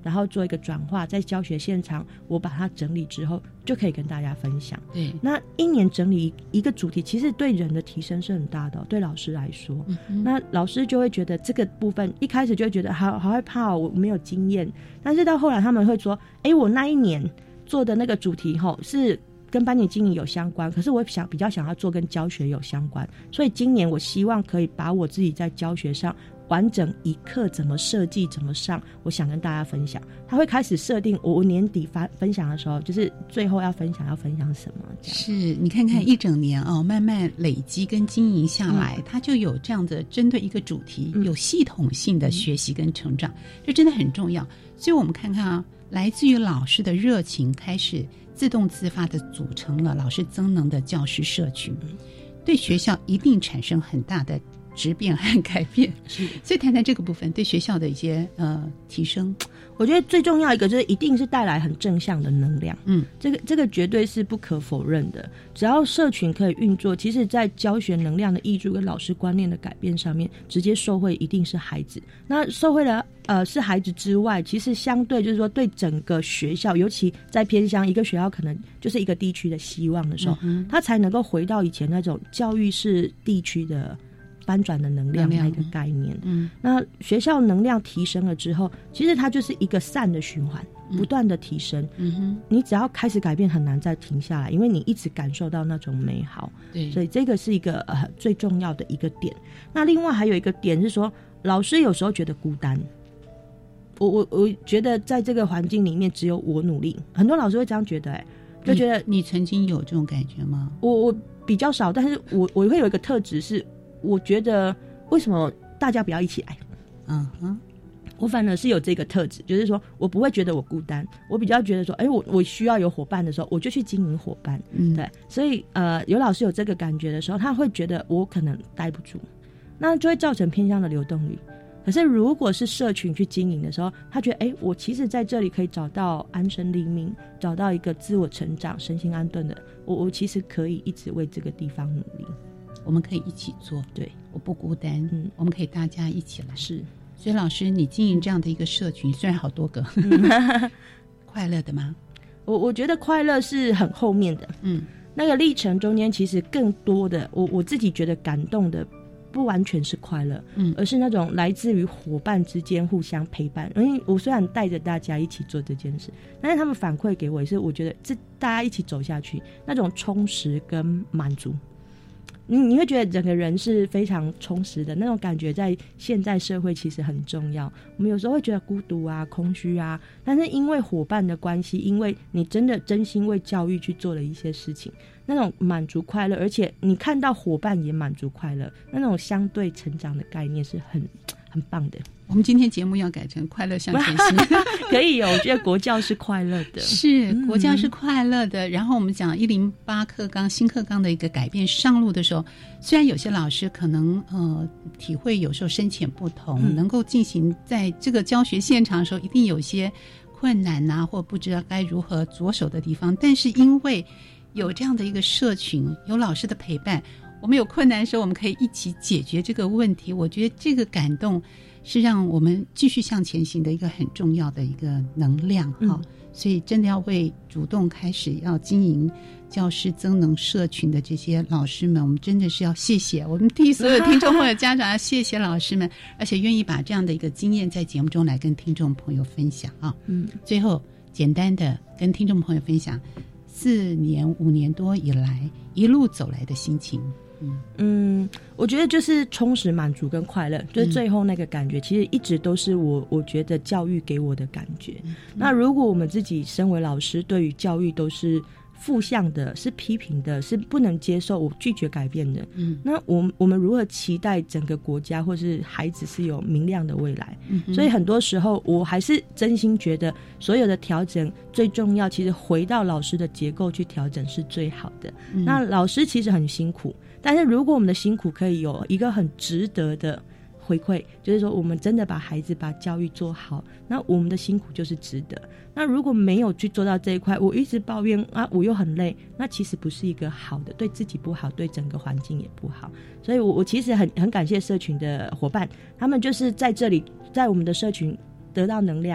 然后做一个转化，在教学现场我把它整理之后就可以跟大家分享。 对， 那一年整理一个主题，其实对人的提升是很大的，对老师来说，那老师就会觉得这个部分一开始就会觉得好害怕我没有经验，但是到后来他们会说，我那一年做的那个主题是跟班级经营有相关，可是我比较想要做跟教学有相关，所以今年我希望可以把我自己在教学上完整一课怎么设计怎么上，我想跟大家分享。他会开始设定我年底分享的时候，就是最后要分享什么这样。 是你看看一整年慢慢累积跟经营下来，他就有这样的针对一个主题有系统性的学习跟成长，这真的很重要。所以我们看看来自于老师的热情开始自动自发的组成了老师增能的教师社群，对学校一定产生很大的质变和改变。所以谈谈这个部分对学校的一些提升， 我觉得最重要一个就是一定是带来很正向的能量。这个绝对是不可否认的。只要社群可以运作，其实在教学能量的挹注跟老师观念的改变上面，直接受惠一定是孩子。那受惠的是孩子之外，其实相对就是说对整个学校，尤其在偏乡一个学校可能就是一个地区的希望的时候，他才能够回到以前那种教育是地区的翻转的能量那个概念。那学校能量提升了之后，其实它就是一个善的循环，不断的提升。你只要开始改变，很难再停下来，因为你一直感受到那种美好。对，所以这个是一个最重要的一个点。那另外还有一个点是说，老师有时候觉得孤单。我觉得在这个环境里面只有我努力，很多老师会这样觉得，就觉得你曾经有这种感觉吗？ 我比较少，但是我会有一个特质是，我觉得为什么大家不要一起来？我反而是有这个特质，就是说我不会觉得我孤单，我比较觉得说，我需要有伙伴的时候，我就去经营伙伴。对，所以有老师有这个感觉的时候，他会觉得我可能待不住，那就会造成偏向的流动率。可是如果是社群去经营的时候，他觉得我其实在这里可以找到安身立命，找到一个自我成长身心安顿的，我其实可以一直为这个地方努力。 我们可以一起做， 对， 我不孤单。我们可以大家一起来。 是， 所以老师你经营这样的一个社群，虽然好多个快乐的吗？ 我觉得快乐是很后面的。那个历程中间其实更多的我自己觉得感动的不完全是快乐，而是那种来自于伙伴之间互相陪伴。因为我虽然带着大家一起做这件事，但是他们反馈给我也是，我觉得这大家一起走下去，那种充实跟满足，你会觉得整个人是非常充实的那种感觉，在现在社会其实很重要。我们有时候会觉得孤独啊、空虚啊，但是因为伙伴的关系，因为你真的真心为教育去做了一些事情，那种满足快乐，而且你看到伙伴也满足快乐，那种相对成长的概念是很棒的。 我们今天节目要改成快乐向前行可以我觉得国教是快乐的。 是，国教是快乐的。然后我们讲108课纲新课纲的一个改变上路的时候，虽然有些老师可能体会有时候深浅不同，能够进行在这个教学现场的时候一定有些困难啊，或不知道该如何着手的地方，但是因为有这样的一个社群，有老师的陪伴，我们有困难的时候我们可以一起解决这个问题。我觉得这个感动是让我们继续向前行的一个很重要的一个能量。所以真的要为主动开始要经营教师增能社群的这些老师们，我们真的是要谢谢，我们替所有听众朋友家长要谢谢老师们，而且愿意把这样的一个经验在节目中来跟听众朋友分享最后简单的跟听众朋友分享4年5年多以来一路走来的心情。 我觉得就是充实、满足跟快乐，就是最后那个感觉，其实一直都是我觉得教育给我的感觉。那如果我们自己身为老师，对于教育都是负向的，是批评的，是不能接受，我拒绝改变的，那我们如何期待整个国家或是孩子是有明亮的未来？所以很多时候我还是真心觉得所有的调整最重要，其实回到老师的结构去调整是最好的。那老师其实很辛苦，但是如果我们的辛苦可以有一个很值得的回馈，就是说我们真的把孩子把教育做好，那我们的辛苦就是值得。那如果没有去做到这一块，我一直抱怨我又很累，那其实不是一个好的，对自己不好，对整个环境也不好。所以我其实很感谢社群的伙伴，他们就是在这里在我们的社群得到能量，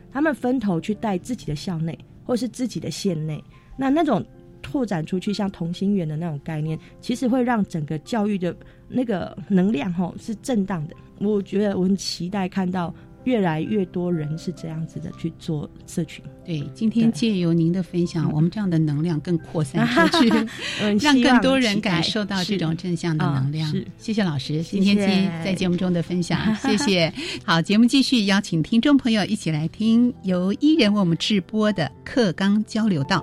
他们分头去带自己的校内或是自己的县内，那种拓展出去像同心圆的那种概念，其实会让整个教育的那个能量是震荡的。我觉得我很期待看到越来越多人是这样子的去做社群。 对，今天借由您的分享，我们这样的能量更扩散出去让更多人感受到这种正向的能量。谢谢老师今天在节目中的分享，谢谢。好，节目继续，邀请听众朋友一起来听由伊人为我们制播的课纲交流道。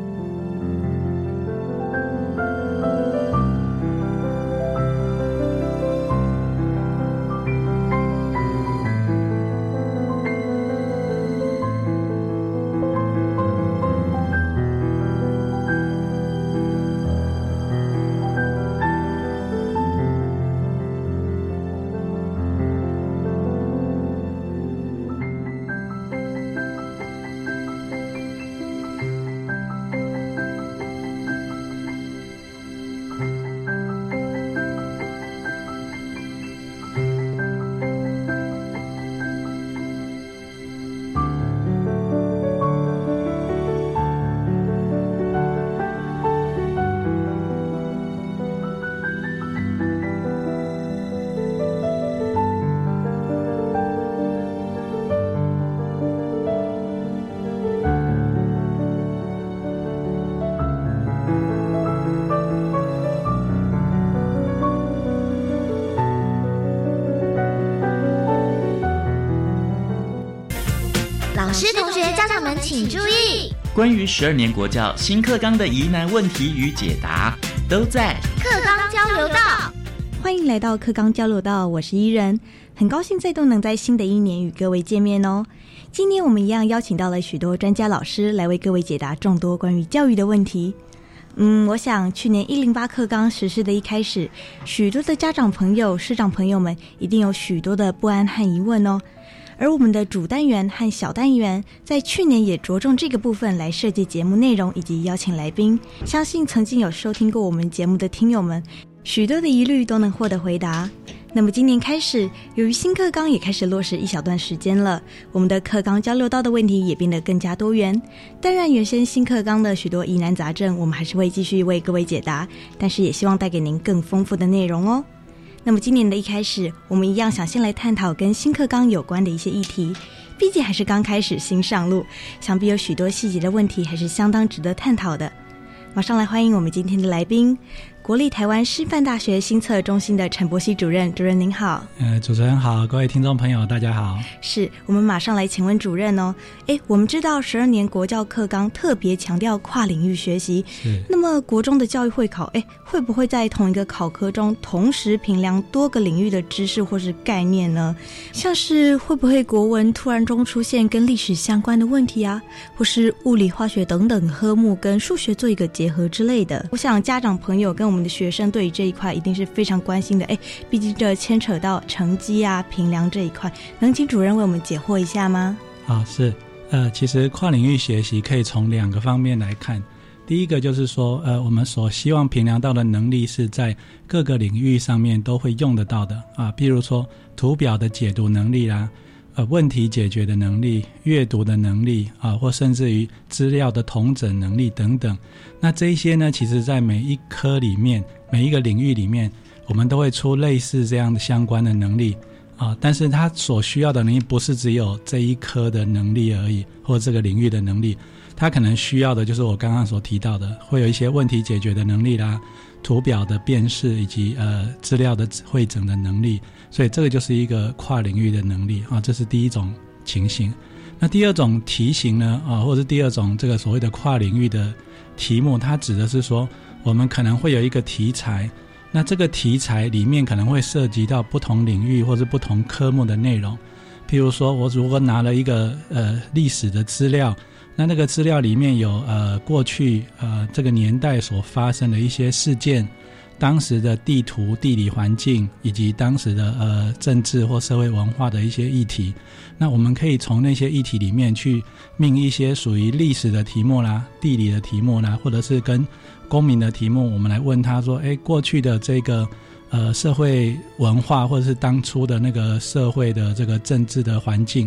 老师、同学、家长们请注意， 关于12年国教新课纲的疑难问题与解答，都在课纲交流道。 欢迎来到课纲交流道，我是伊人，很高兴再度能在新的一年与各位见面哦。今年我们一样邀请到了许多专家老师来为各位解答众多关于教育的问题。我想去年108课纲实施的一开始，许多的家长朋友、师长朋友们一定有许多的不安和疑问哦。而我们的主单元和小单元在去年也着重这个部分来设计节目内容以及邀请来宾，相信曾经有收听过我们节目的听友们，许多的疑虑都能获得回答。那么今年开始，由于新课纲也开始落实一小段时间了，我们的课纲交流道的问题也变得更加多元。当然原先新课纲的许多疑难杂症我们还是会继续为各位解答，但是也希望带给您更丰富的内容哦。那么今年的一开始，我们一样想先来探讨跟新课纲有关的一些议题，毕竟还是刚开始新上路，想必有许多细节的问题还是相当值得探讨的。马上来欢迎我们今天的来宾，国立台湾师范大学新策中心的陈柏希主任。主任您好。 主持人好，各位听众朋友大家好。 是，我们马上来请问主任哦。我们知道12年国教课纲特别强调跨领域学习，那么国中的教育会考会不会在同一个考科中同时评量多个领域的知识或是概念呢？像是会不会国文突然中出现跟历史相关的问题啊，或是物理化学等等科目跟数学做一个结合之类的。我想家长朋友跟我们的学生对于这一块一定是非常关心的，毕竟这牵扯到成绩啊评量这一块，能请主任为我们解惑一下吗？ 是其实跨领域学习可以从2个方面来看。第一个就是说我们所希望评量到的能力是在各个领域上面都会用得到的比如说图表的解读能力啦，问题解决的能力，阅读的能力或甚至于资料的统整能力等等。那这一些呢，其实在每一科里面，每一个领域里面，我们都会出类似这样的相关的能力但是它所需要的能力不是只有这一科的能力而已，或这个领域的能力，它可能需要的就是我刚刚所提到的，会有一些问题解决的能力啦，图表的辨识以及资料的汇整的能力。所以这个就是一个跨领域的能力这是第一种情形。那第二种题型呢或者是第二种这个所谓的跨领域的题目，它指的是说我们可能会有一个题材，那这个题材里面可能会涉及到不同领域或是不同科目的内容。譬如说我如果拿了一个历史的资料，那个资料里面有过去这个年代所发生的一些事件，当时的地图地理环境以及当时的政治或社会文化的一些议题，那我们可以从那些议题里面去命一些属于历史的题目啦，地理的题目啦，或者是跟公民的题目，我们来问他说过去的这个社会文化或者是当初的那个社会的这个政治的环境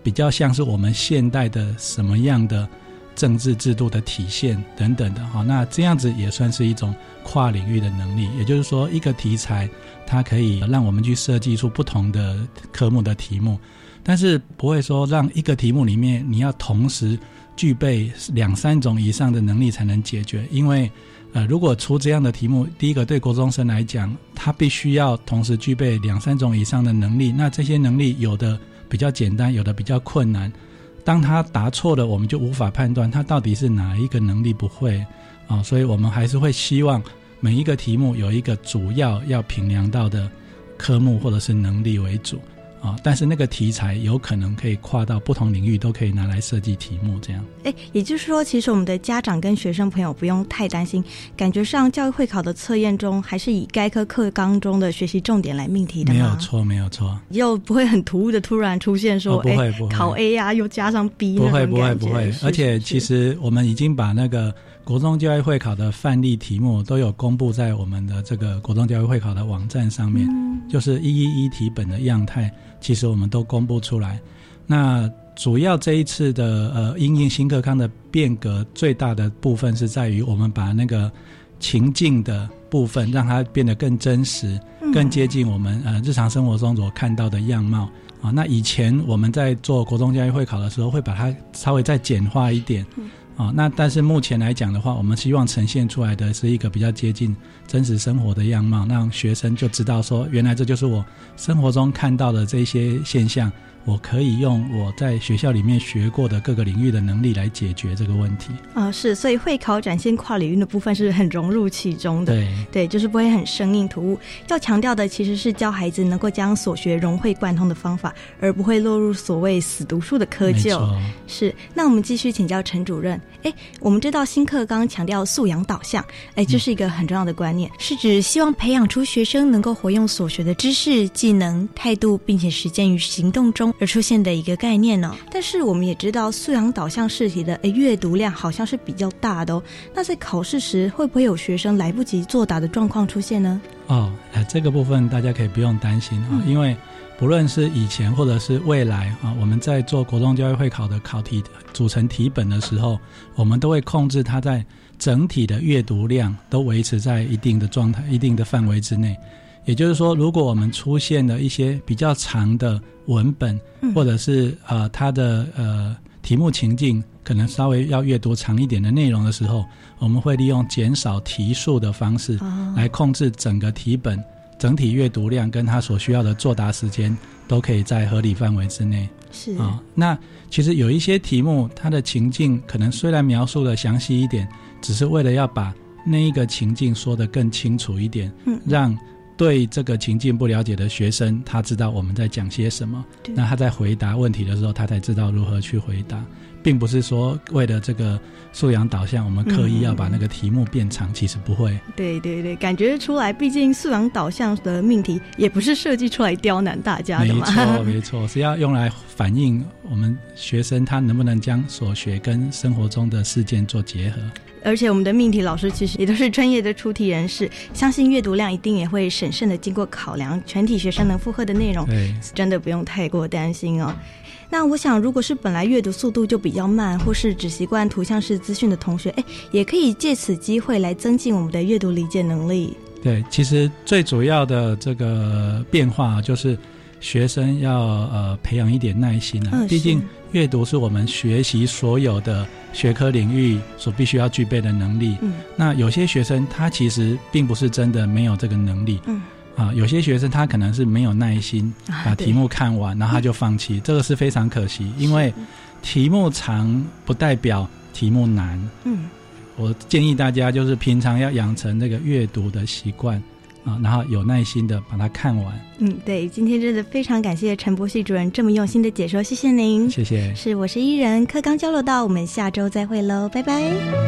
比较像是我们现代的什么样的政治制度的体现等等的。那这样子也算是一种跨领域的能力，也就是说一个题材它可以让我们去设计出不同的科目的题目，但是不会说让一个题目里面你要同时具备2-3种以上的能力才能解决。因为如果出这样的题目，第一个对国中生来讲，他必须要同时具备2-3种以上的能力，那这些能力有的比较简单，有的比较困难，当他答错了，我们就无法判断他到底是哪一个能力不会所以我们还是会希望每一个题目有一个主要评量到的科目或者是能力为主但是那个题材有可能可以跨到不同领域，都可以拿来设计题目这样。 也就是说其实我们的家长跟学生朋友不用太担心，感觉上教育会考的测验中还是以该科课纲中的学习重点来命题的吗？ 没有错， 又不会很突兀的突然出现说不会考 A 又加上 B 那种感觉。 不会，而且其实我们已经把那个国中教育会考的范例题目都有公布在我们的这个国中教育会考的网站上面，就是111题本的样态其实我们都公布出来。那主要这一次的因应新课纲的变革最大的部分是在于我们把那个情境的部分让它变得更真实，更接近我们日常生活中所看到的样貌那以前我们在做国中教育会考的时候会把它稍微再简化一点那但是目前来讲的话，我们希望呈现出来的是一个比较接近真实生活的样貌，让学生就知道说原来这就是我生活中看到的这些现象，我可以用我在学校里面学过的各个领域的能力来解决这个问题是，所以会考展现跨领域的部分是很融入其中的。对，就是不会很生硬突兀，要强调的其实是教孩子能够将所学融会贯通的方法，而不会落入所谓死读书的窠臼。是，那我们继续请教陈主任，我们知道新课纲强调素养导向，这是一个很重要的观念，是指希望培养出学生能够活用所学的知识、技能、态度，并且实践于行动中而出现的一个概念但是我们也知道素养导向试题的阅读量好像是比较大的那在考试时会不会有学生来不及作答的状况出现呢？ 这个部分大家可以不用担心因为不论是以前或者是未来我们在做国中教育会考的考题组成题本的时候，我们都会控制它在整体的阅读量都维持在一定的状态、一定的范围之内。也就是说，如果我们出现了一些比较长的文本，或者是它的题目情境可能稍微要阅读长一点的内容的时候，我们会利用减少题数的方式来控制整个题本整体阅读量跟它所需要的作答时间都可以在合理范围之内。 是那其实有一些题目它的情境可能虽然描述的详细一点，只是为了要把那一个情境说得更清楚一点，让对这个情境不了解的学生他知道我们在讲些什么，那他在回答问题的时候他才知道如何去回答，并不是说为了这个素养导向我们刻意要把那个题目变长，其实不会。 对对对，感觉出来毕竟素养导向的命题也不是设计出来刁难大家的嘛。 没错，是要用来反映我们学生他能不能将所学跟生活中的事件做结合。 而且我们的命题老师其实也都是专业的出题人士，相信阅读量一定也会审慎的经过考量，全体学生能负荷的内容，真的不用太过担心那我想如果是本来阅读速度就比较慢，或是只习惯图像式资讯的同学，也可以借此机会来增进我们的阅读理解能力。 对，其实最主要的这个变化就是学生要培养一点耐心毕竟阅读是我们学习所有的学科领域所必须要具备的能力。那有些学生他其实并不是真的没有这个能力。有些学生他可能是没有耐心把题目看完，然后他就放弃，这个是非常可惜，因为题目长不代表题目难。我建议大家就是平常要养成这个阅读的习惯然后有耐心的把它看完。 对，今天真的非常感谢陈博系主任这么用心的解说，谢谢您。 谢谢。 是，我是伊人，课纲交流道，我们下周再会喽，拜拜。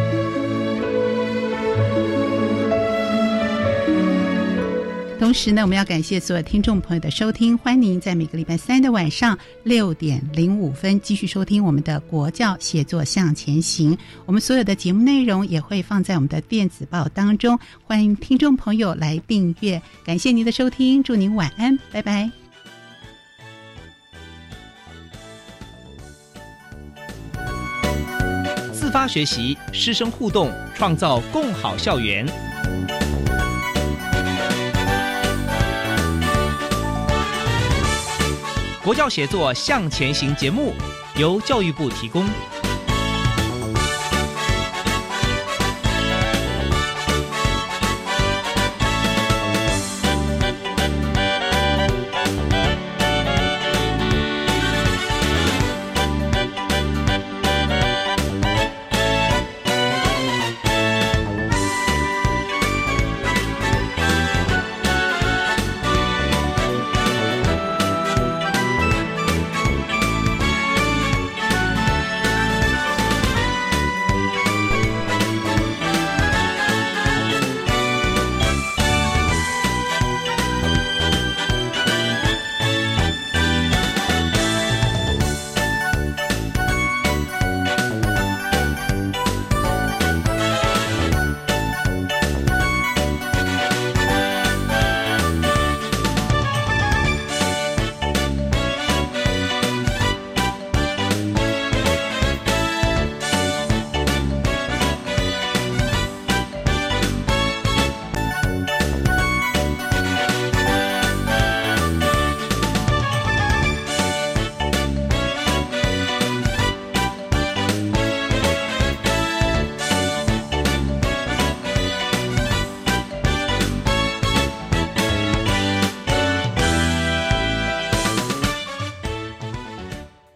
同时呢，我们要感谢所有听众朋友的收听，欢迎您在每个礼拜三的晚上6点05分继续收听我们的国教协作向前行。我们所有的节目内容也会放在我们的电子报当中，欢迎听众朋友来订阅。感谢您的收听，祝您晚安，拜拜。 发学习，师生互动，创造共好校园。国教协作向前行节目由教育部提供。